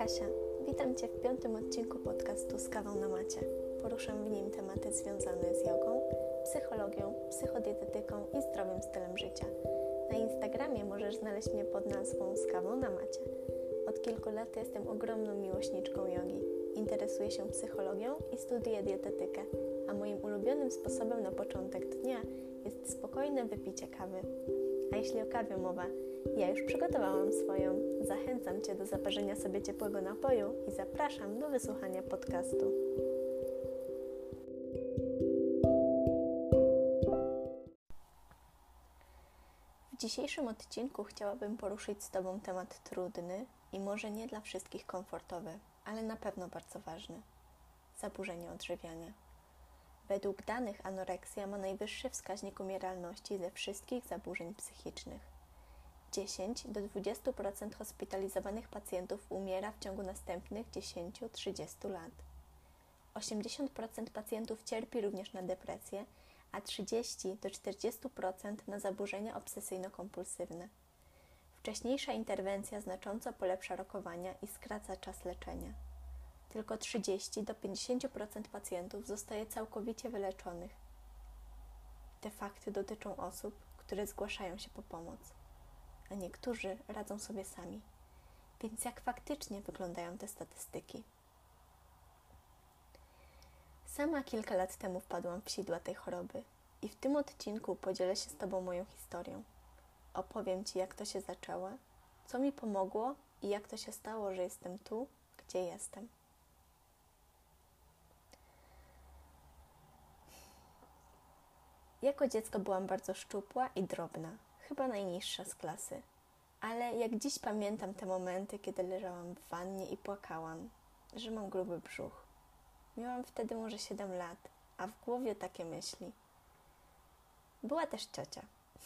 Kasia. Witam Cię w 5. odcinku podcastu z kawą na macie. Poruszam w nim tematy związane z jogą, psychologią, psychodietetyką i zdrowym stylem życia. Na Instagramie możesz znaleźć mnie pod nazwą z kawą na macie. Od kilku lat jestem ogromną miłośniczką jogi. Interesuję się psychologią i studiuję dietetykę, a moim ulubionym sposobem na początek dnia jest spokojne wypicie kawy. A jeśli o kawie mowa, ja już przygotowałam swoją. Zachęcam Cię do zaparzenia sobie ciepłego napoju i zapraszam do wysłuchania podcastu. W dzisiejszym odcinku chciałabym poruszyć z Tobą temat trudny i może nie dla wszystkich komfortowy, ale na pewno bardzo ważny. Zaburzenie odżywiania. Według danych anoreksja ma najwyższy wskaźnik umieralności ze wszystkich zaburzeń psychicznych. 10-20% hospitalizowanych pacjentów umiera w ciągu następnych 10-30 lat. 80% pacjentów cierpi również na depresję, a 30-40% na zaburzenia obsesyjno-kompulsywne. Wcześniejsza interwencja znacząco polepsza rokowania i skraca czas leczenia. Tylko 30-50% pacjentów zostaje całkowicie wyleczonych. Te fakty dotyczą osób, które zgłaszają się po pomoc, a niektórzy radzą sobie sami. Więc jak faktycznie wyglądają te statystyki? Sama kilka lat temu wpadłam w sidła tej choroby i w tym odcinku podzielę się z Tobą moją historią. Opowiem Ci, jak to się zaczęło, co mi pomogło i jak to się stało, że jestem tu, gdzie jestem. Jako dziecko byłam bardzo szczupła i drobna, chyba najniższa z klasy. Ale jak dziś pamiętam te momenty, kiedy leżałam w wannie i płakałam, że mam gruby brzuch. Miałam wtedy może 7 lat, a w głowie takie myśli. Była też ciocia,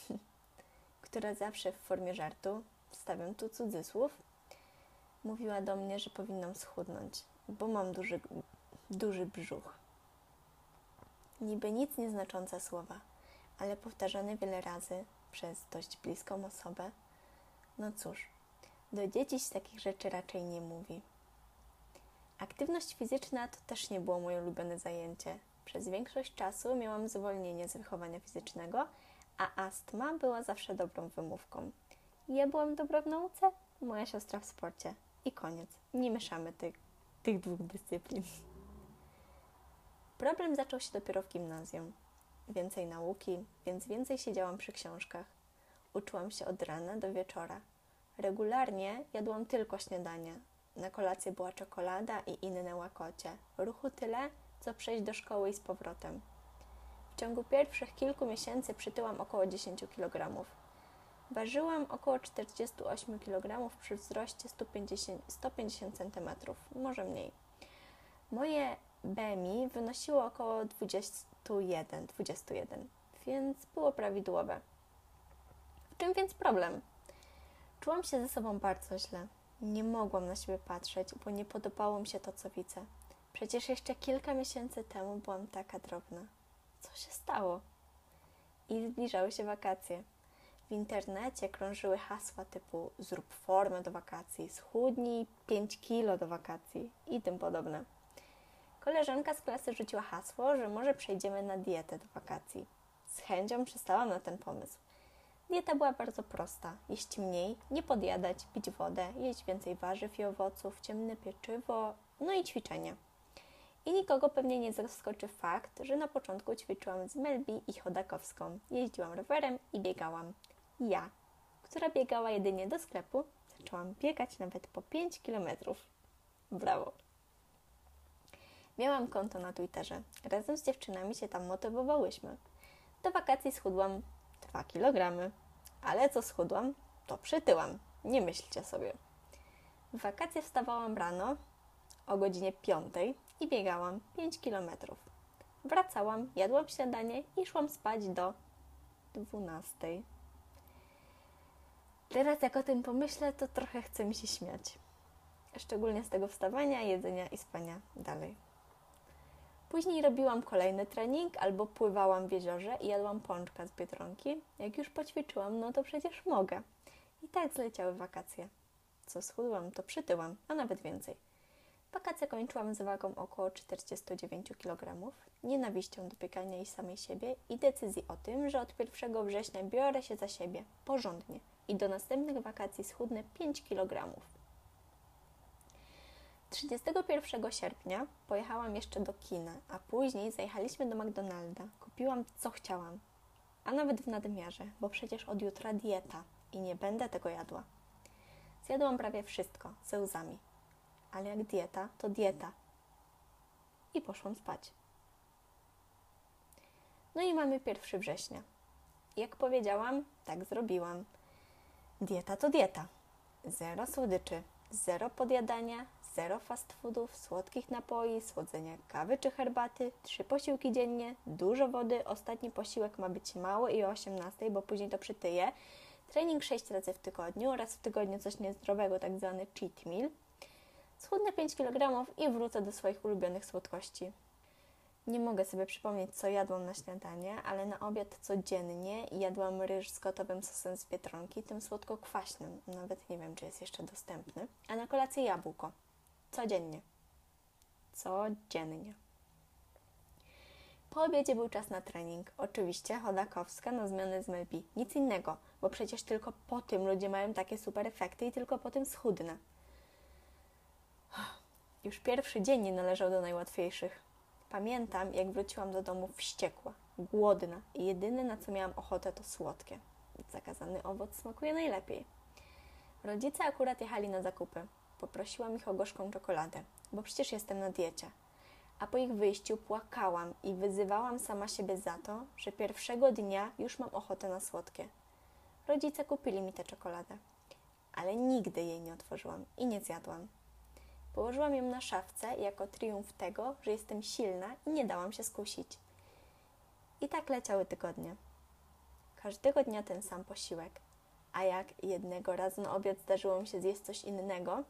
która zawsze w formie żartu, wstawiam tu cudzysłów, mówiła do mnie, że powinnam schudnąć, bo mam duży brzuch. Niby nic nieznaczące słowa, ale powtarzane wiele razy przez dość bliską osobę. No cóż, do dzieci się takich rzeczy raczej nie mówi. Aktywność fizyczna to też nie było moje ulubione zajęcie. Przez większość czasu miałam zwolnienie z wychowania fizycznego, a astma była zawsze dobrą wymówką. Ja byłam dobra w nauce, moja siostra w sporcie. I koniec. Nie mieszamy tych dwóch dyscyplin. Problem zaczął się dopiero w gimnazjum. Więcej nauki, więc więcej siedziałam przy książkach. Uczyłam się od rana do wieczora. Regularnie jadłam tylko śniadanie. Na kolację była czekolada i inne łakocie. Ruchu tyle, co przejść do szkoły i z powrotem. W ciągu pierwszych kilku miesięcy przytyłam około 10 kg. Ważyłam około 48 kg przy wzroście 150 cm, może mniej. Moje BMI wynosiło około 21, więc było prawidłowe. W czym więc problem? Czułam się ze sobą bardzo źle. Nie mogłam na siebie patrzeć, bo nie podobało mi się to, co widzę. Przecież jeszcze kilka miesięcy temu byłam taka drobna. Co się stało? I zbliżały się wakacje. W internecie krążyły hasła typu zrób formę do wakacji, schudnij 5 kilo do wakacji i tym podobne. Koleżanka z klasy rzuciła hasło, że może przejdziemy na dietę do wakacji. Z chęcią przystałam na ten pomysł. Dieta była bardzo prosta. Jeść mniej, nie podjadać, pić wodę, jeść więcej warzyw i owoców, ciemne pieczywo, no i ćwiczenia. I nikogo pewnie nie zaskoczy fakt, że na początku ćwiczyłam z Melbi i Chodakowską. Jeździłam rowerem i biegałam. Ja, która biegała jedynie do sklepu, zaczęłam biegać nawet po 5 km. Brawo! Miałam konto na Twitterze. Razem z dziewczynami się tam motywowałyśmy. Do wakacji schudłam 2 kg. Ale co schudłam, to przytyłam. Nie myślcie sobie. W wakacje wstawałam rano o godzinie 5 i biegałam 5 km. Wracałam, jadłam śniadanie i szłam spać do 12. Teraz jak o tym pomyślę, to trochę chce mi się śmiać. Szczególnie z tego wstawania, jedzenia i spania dalej. Później robiłam kolejny trening albo pływałam w jeziorze i jadłam pączka z Biedronki. Jak już poćwiczyłam, no to przecież mogę. I tak zleciały wakacje. co schudłam, to przytyłam, a nawet więcej. Wakacje kończyłam z wagą około 49 kg, nienawiścią do piekania i samej siebie i decyzji o tym, że od 1 września biorę się za siebie, porządnie i do następnych wakacji schudnę 5 kg. 31 sierpnia pojechałam jeszcze do kina, a później zajechaliśmy do McDonalda. Kupiłam co chciałam, a nawet w nadmiarze, bo przecież od jutra dieta i nie będę tego jadła. Zjadłam prawie wszystko, ze łzami. Ale jak dieta, to dieta. I poszłam spać. No i mamy 1 września. Jak powiedziałam, tak zrobiłam. Dieta to dieta. 0 słodyczy, 0 podjadania, 0 fast foodów, słodkich napoi, słodzenia kawy czy herbaty, 3 posiłki dziennie, dużo wody, ostatni posiłek ma być mały i o 18, bo później to przytyje. Trening 6 razy w tygodniu, raz w tygodniu coś niezdrowego, tak zwany cheat meal. Schudnę 5 kg i wrócę do swoich ulubionych słodkości. Nie mogę sobie przypomnieć, co jadłam na śniadanie, ale na obiad codziennie jadłam ryż z gotowym sosem z Biedronki, tym słodko-kwaśnym. Nawet nie wiem, czy jest jeszcze dostępny. A na kolację jabłko. Codziennie. Codziennie. Po obiedzie był czas na trening. Oczywiście chodakowska na zmianę z Melbi. Nic innego, bo przecież tylko po tym ludzie mają takie super efekty i tylko po tym schudnę. Już pierwszy dzień nie należał do najłatwiejszych. Pamiętam, jak wróciłam do domu wściekła, głodna i jedyne, na co miałam ochotę, to słodkie. Zakazany owoc smakuje najlepiej. Rodzice akurat jechali na zakupy. Poprosiłam ich o gorzką czekoladę, bo przecież jestem na diecie. A po ich wyjściu płakałam i wyzywałam sama siebie za to, że pierwszego dnia już mam ochotę na słodkie. Rodzice kupili mi tę czekoladę, ale nigdy jej nie otworzyłam i nie zjadłam. Położyłam ją na szafce jako triumf tego, że jestem silna i nie dałam się skusić. I tak leciały tygodnie. Każdego dnia ten sam posiłek, a jak jednego razu na obiad zdarzyło mi się zjeść coś innego,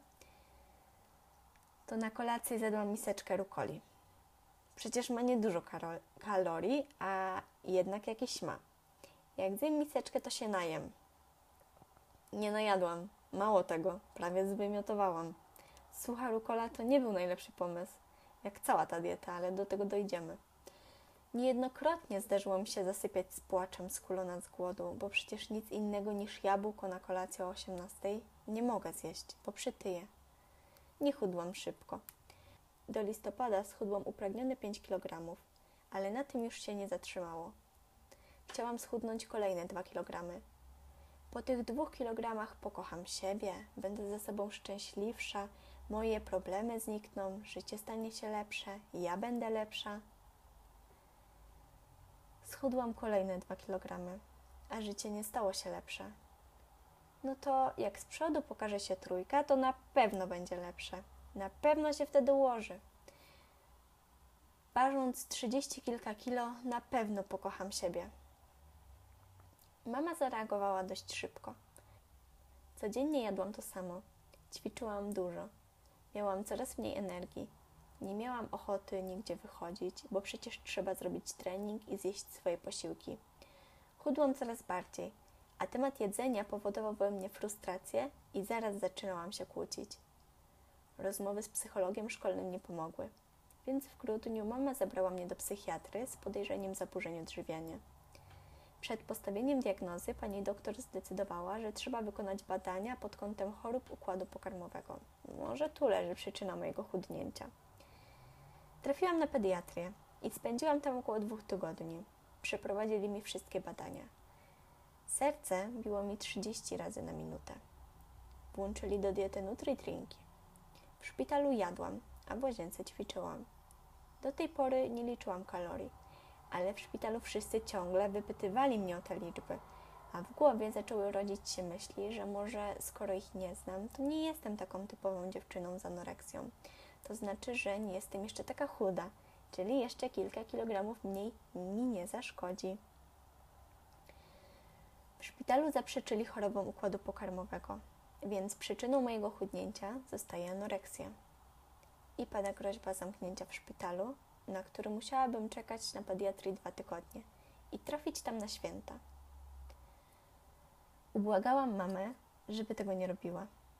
to na kolację zjadłam miseczkę rukoli. Przecież ma niedużo kalorii, a jednak jakieś ma. Jak zjem miseczkę, to się najem. Nie najadłam. Mało tego, prawie zwymiotowałam. Sucha rukola to nie był najlepszy pomysł, jak cała ta dieta, ale do tego dojdziemy. Niejednokrotnie zdarzyło mi się zasypiać z płaczem skulona z głodu, bo przecież nic innego niż jabłko na kolację o 18 nie mogę zjeść, bo przytyję. Nie chudłam szybko. Do listopada schudłam upragnione 5 kg, ale na tym już się nie zatrzymało. Chciałam schudnąć kolejne 2 kg. Po tych 2 kilogramach pokocham siebie, będę ze sobą szczęśliwsza, moje problemy znikną, życie stanie się lepsze, ja będę lepsza. Schudłam kolejne 2 kg, a życie nie stało się lepsze. No to jak z przodu pokaże się 3, to na pewno będzie lepsze. Na pewno się wtedy ułoży. Ważąc 30 kilka kilo, na pewno pokocham siebie. Mama zareagowała dość szybko. Codziennie jadłam to samo. Ćwiczyłam dużo. Miałam coraz mniej energii. Nie miałam ochoty nigdzie wychodzić, bo przecież trzeba zrobić trening i zjeść swoje posiłki. Chudłam coraz bardziej, a temat jedzenia powodował we mnie frustrację i zaraz zaczynałam się kłócić. Rozmowy z psychologiem szkolnym nie pomogły, więc w grudniu mama zabrała mnie do psychiatry z podejrzeniem zaburzeń odżywiania. Przed postawieniem diagnozy pani doktor zdecydowała, że trzeba wykonać badania pod kątem chorób układu pokarmowego. Może tu leży przyczyna mojego chudnięcia. Trafiłam na pediatrię i spędziłam tam około 2 tygodni. Przeprowadzili mi wszystkie badania. Serce biło mi 30 razy na minutę. Włączyli do diety nutri-drinki. W szpitalu jadłam, a w łazience ćwiczyłam. Do tej pory nie liczyłam kalorii, ale w szpitalu wszyscy ciągle wypytywali mnie o te liczby, a w głowie zaczęły rodzić się myśli, że może skoro ich nie znam, to nie jestem taką typową dziewczyną z anoreksją. To znaczy, że nie jestem jeszcze taka chuda, czyli jeszcze kilka kilogramów mniej mi nie zaszkodzi. W szpitalu zaprzeczyli chorobom układu pokarmowego, więc przyczyną mojego chudnięcia zostaje anoreksja. I pada groźba zamknięcia w szpitalu, na który musiałabym czekać na pediatrii 2 tygodnie i trafić tam na święta. Ubłagałam mamę, żeby tego nie robiła.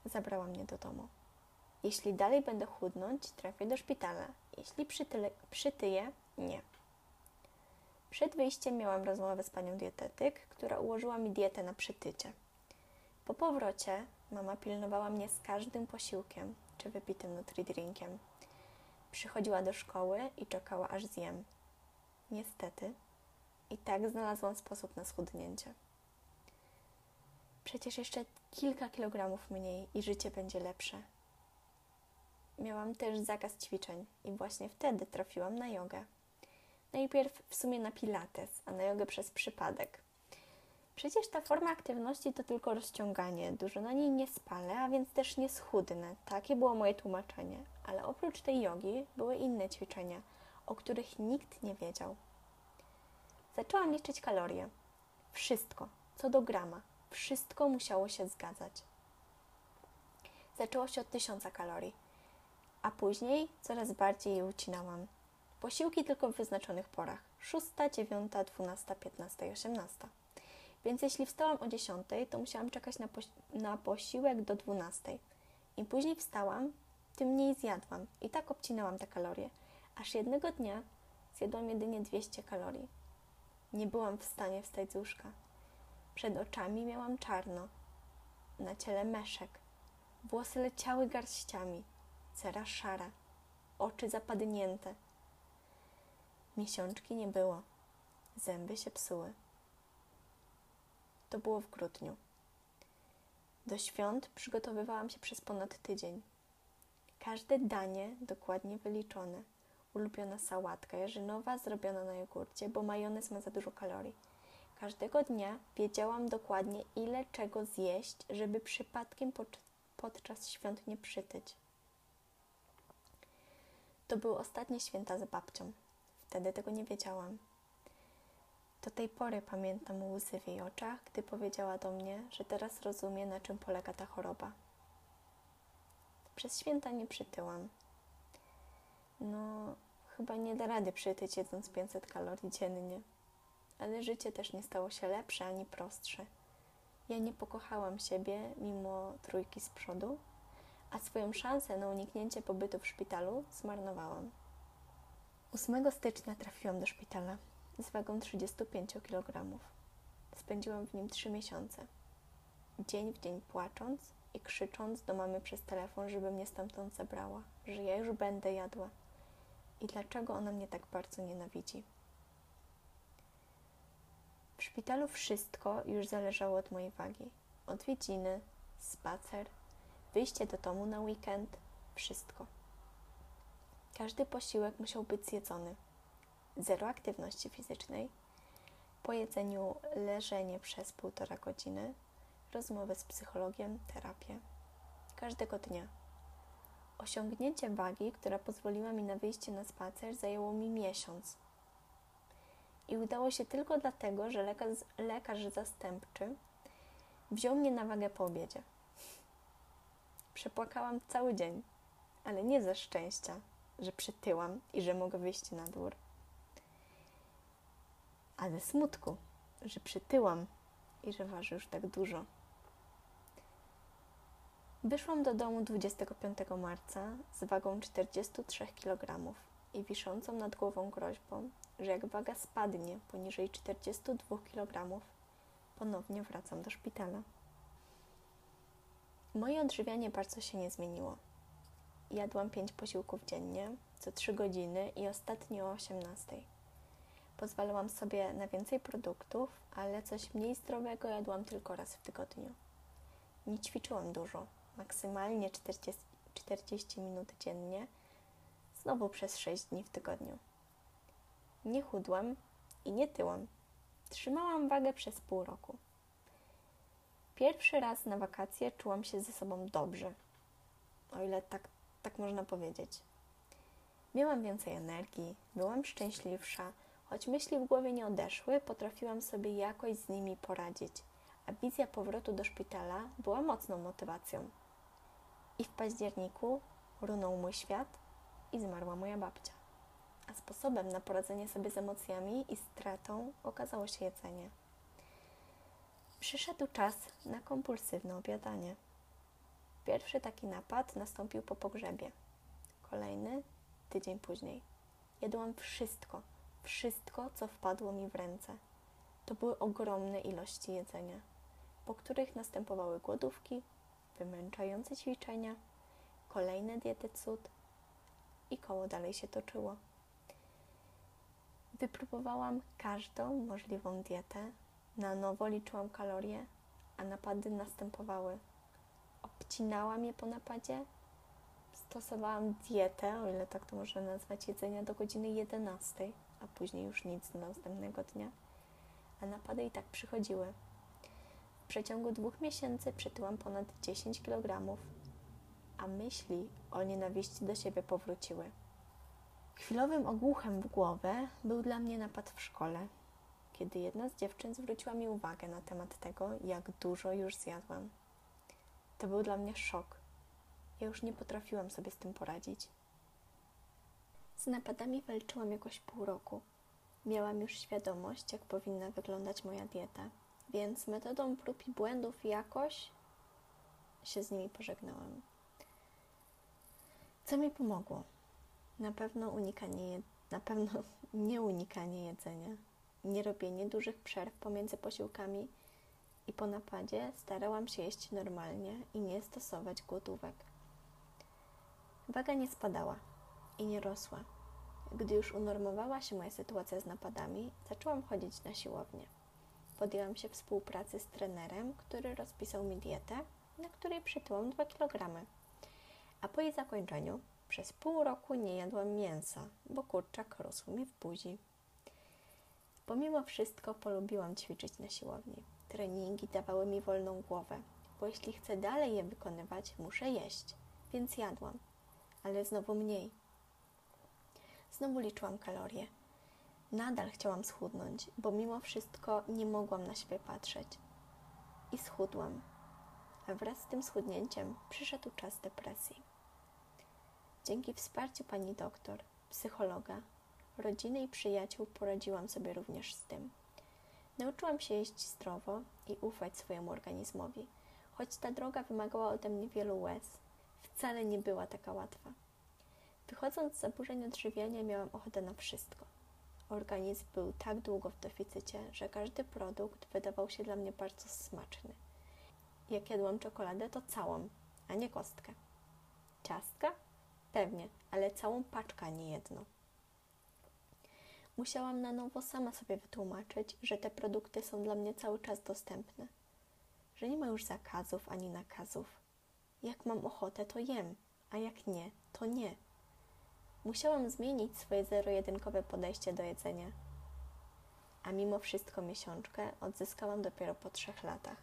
zabrała mnie do domu. Jeśli dalej będę chudnąć, trafię do szpitala. Jeśli przytyję, nie. Przed wyjściem miałam rozmowę z panią dietetyk, która ułożyła mi dietę na przytycie. Po powrocie mama pilnowała mnie z każdym posiłkiem czy wypitym nutri-drinkiem. Przychodziła do szkoły i czekała, aż zjem. Niestety, i tak znalazłam sposób na schudnięcie. Przecież jeszcze kilka kilogramów mniej i życie będzie lepsze. Miałam też zakaz ćwiczeń i właśnie wtedy trafiłam na jogę. Najpierw w sumie na pilates, a na jogę przez przypadek. Przecież ta forma aktywności to tylko rozciąganie, dużo na niej nie spalę, a więc też nie schudnę. Takie było moje tłumaczenie. Ale oprócz tej jogi były inne ćwiczenia, o których nikt nie wiedział. Zaczęłam liczyć kalorie. Wszystko, co do grama, wszystko musiało się zgadzać. Zaczęło się od 1000 kalorii, a później coraz bardziej je ucinałam. Posiłki tylko w wyznaczonych porach. 6, 9, 12, 15 i 18. Więc jeśli wstałam o 10, to musiałam czekać na posiłek do 12. Im później wstałam, tym mniej zjadłam i tak obcinałam te kalorie. Aż jednego dnia zjadłam jedynie 200 kalorii. Nie byłam w stanie wstać z łóżka. Przed oczami miałam czarno, na ciele meszek. Włosy leciały garściami, cera szara, oczy zapadnięte. Miesiączki nie było, zęby się psuły. To było w grudniu. Do świąt przygotowywałam się przez ponad tydzień. Każde danie dokładnie wyliczone. Ulubiona sałatka jarzynowa zrobiona na jogurcie, bo majonez ma za dużo kalorii. Każdego dnia wiedziałam dokładnie, ile czego zjeść, żeby przypadkiem podczas świąt nie przytyć. To były ostatnie święta z babcią. Wtedy tego nie wiedziałam. Do tej pory pamiętam łzy w jej oczach, gdy powiedziała do mnie, że teraz rozumie, na czym polega ta choroba. Przez święta nie przytyłam. Chyba nie da rady przytyć, jedząc 500 kalorii dziennie. Ale życie też nie stało się lepsze ani prostsze. Ja nie pokochałam siebie mimo 3 z przodu, a swoją szansę na uniknięcie pobytu w szpitalu zmarnowałam. 8 stycznia trafiłam do szpitala z wagą 35 kg. Spędziłam w nim 3 miesiące. Dzień w dzień płacząc i krzycząc do mamy przez telefon, żeby mnie stamtąd zabrała, że ja już będę jadła i dlaczego ona mnie tak bardzo nienawidzi. W szpitalu wszystko już zależało od mojej wagi. Odwiedziny, spacer, wyjście do domu na weekend, wszystko. Każdy posiłek musiał być zjedzony. 0 aktywności fizycznej, po jedzeniu leżenie przez 1,5 godziny, rozmowy z psychologiem, terapię. Każdego dnia. Osiągnięcie wagi, która pozwoliła mi na wyjście na spacer, zajęło mi miesiąc. I udało się tylko dlatego, że lekarz zastępczy wziął mnie na wagę po obiedzie. Przepłakałam cały dzień, ale nie ze szczęścia, że przytyłam i że mogę wyjść na dwór, a ze smutku, że przytyłam i że waży już tak dużo. Wyszłam do domu 25 marca z wagą 43 kg i wiszącą nad głową groźbą, że jak waga spadnie poniżej 42 kg, ponownie wracam do szpitala. Moje odżywianie bardzo się nie zmieniło. Jadłam 5 posiłków dziennie, co 3 godziny i ostatnio o 18. Pozwalałam sobie na więcej produktów, ale coś mniej zdrowego jadłam tylko raz w tygodniu. Nie ćwiczyłam dużo, maksymalnie 40 minut dziennie, znowu przez 6 dni w tygodniu. Nie chudłam i nie tyłam. Trzymałam wagę przez pół roku. Pierwszy raz na wakacje czułam się ze sobą dobrze, o ile tak można powiedzieć. Miałam więcej energii, byłam szczęśliwsza, choć myśli w głowie nie odeszły, potrafiłam sobie jakoś z nimi poradzić, a wizja powrotu do szpitala była mocną motywacją. I w październiku runął mój świat i zmarła moja babcia. A sposobem na poradzenie sobie z emocjami i stratą okazało się jedzenie. Przyszedł czas na kompulsywne obiadanie. Pierwszy taki napad nastąpił po pogrzebie. Kolejny tydzień później. Jadłam wszystko, co wpadło mi w ręce. To były ogromne ilości jedzenia, po których następowały głodówki, wymęczające ćwiczenia, kolejne diety cud i koło dalej się toczyło. Wypróbowałam każdą możliwą dietę, na nowo liczyłam kalorie, a napady następowały. Obcinałam je po napadzie, stosowałam dietę, o ile tak to można nazwać, jedzenia do godziny 11, a później już nic do następnego dnia, a napady i tak przychodziły. W przeciągu 2 miesięcy przytyłam ponad 10 kg, a myśli o nienawiści do siebie powróciły. Chwilowym ogłuchem w głowę był dla mnie napad w szkole, kiedy jedna z dziewczyn zwróciła mi uwagę na temat tego, jak dużo już zjadłam. To był dla mnie szok. Ja już nie potrafiłam sobie z tym poradzić. Z napadami walczyłam jakoś pół roku. Miałam już świadomość, jak powinna wyglądać moja dieta, więc metodą prób i błędów jakoś się z nimi pożegnałam. Co mi pomogło? Na pewno nie unikanie jedzenia, nie robienie dużych przerw pomiędzy posiłkami i po napadzie starałam się jeść normalnie i nie stosować głodówek. Waga nie spadała i nie rosła. Gdy już unormowała się moja sytuacja z napadami, zaczęłam chodzić na siłownię. Podjęłam się współpracy z trenerem, który rozpisał mi dietę, na której przytyłam 2 kg. A po jej zakończeniu przez pół roku nie jadłam mięsa, bo kurczak rósł mi w buzi. Pomimo wszystko polubiłam ćwiczyć na siłowni. Treningi dawały mi wolną głowę, bo jeśli chcę dalej je wykonywać, muszę jeść, więc jadłam, ale znowu mniej. Znowu liczyłam kalorie. Nadal chciałam schudnąć, bo mimo wszystko nie mogłam na siebie patrzeć. I schudłam. A wraz z tym schudnięciem przyszedł czas depresji. Dzięki wsparciu pani doktor, psychologa, rodziny i przyjaciół poradziłam sobie również z tym. Nauczyłam się jeść zdrowo i ufać swojemu organizmowi, choć ta droga wymagała ode mnie wielu łez, wcale nie była taka łatwa. Wychodząc z zaburzeń odżywiania miałam ochotę na wszystko. Organizm był tak długo w deficycie, że każdy produkt wydawał się dla mnie bardzo smaczny. Jak jadłam czekoladę, to całą, a nie kostkę. Ciastka? Pewnie, ale całą paczkę, a nie jedno. Musiałam na nowo sama sobie wytłumaczyć, że te produkty są dla mnie cały czas dostępne. Że nie ma już zakazów ani nakazów. Jak mam ochotę, to jem, a jak nie, to nie. Musiałam zmienić swoje zero-jedynkowe podejście do jedzenia. A mimo wszystko miesiączkę odzyskałam dopiero po 3 latach.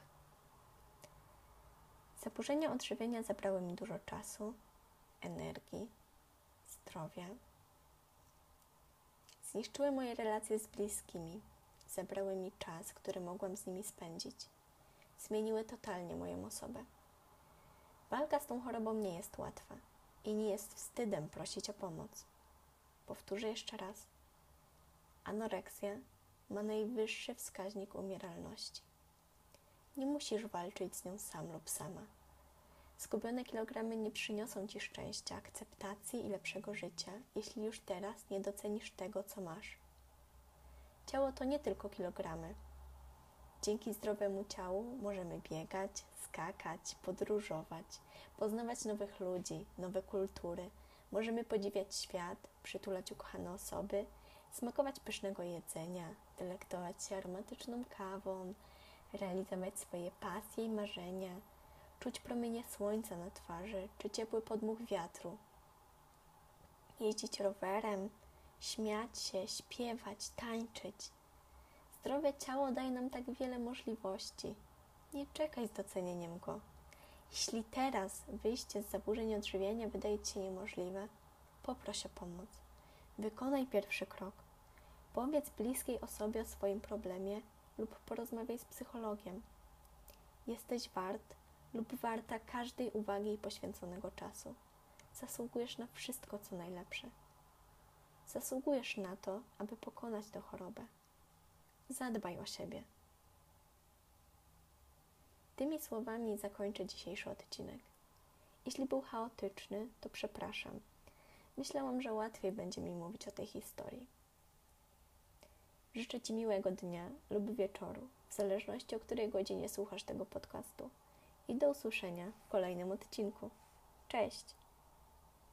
Zaburzenia odżywienia zabrały mi dużo czasu, energii, zdrowia. Zniszczyły moje relacje z bliskimi, zabrały mi czas, który mogłam z nimi spędzić. Zmieniły totalnie moją osobę. Walka z tą chorobą nie jest łatwa i nie jest wstydem prosić o pomoc. Powtórzę jeszcze raz. Anoreksja ma najwyższy wskaźnik umieralności. Nie musisz walczyć z nią sam lub sama. Zgubione kilogramy nie przyniosą ci szczęścia, akceptacji i lepszego życia, jeśli już teraz nie docenisz tego, co masz. Ciało to nie tylko kilogramy. Dzięki zdrowemu ciału możemy biegać, skakać, podróżować, poznawać nowych ludzi, nowe kultury. Możemy podziwiać świat, przytulać ukochane osoby, smakować pysznego jedzenia, delektować się aromatyczną kawą, realizować swoje pasje i marzenia, czuć promienie słońca na twarzy czy ciepły podmuch wiatru, jeździć rowerem, śmiać się, śpiewać, tańczyć. Zdrowe ciało daje nam tak wiele możliwości. Nie czekaj z docenieniem go. Jeśli teraz wyjście z zaburzeń odżywiania wydaje ci się niemożliwe, poproś o pomoc. Wykonaj pierwszy krok. Powiedz bliskiej osobie o swoim problemie lub porozmawiaj z psychologiem. Jesteś wart lub warta każdej uwagi i poświęconego czasu. Zasługujesz na wszystko, co najlepsze. Zasługujesz na to, aby pokonać tę chorobę. Zadbaj o siebie. Tymi słowami zakończę dzisiejszy odcinek. Jeśli był chaotyczny, to przepraszam. Myślałam, że łatwiej będzie mi mówić o tej historii. Życzę Ci miłego dnia lub wieczoru, w zależności o której godzinie słuchasz tego podcastu. I do usłyszenia w kolejnym odcinku. Cześć!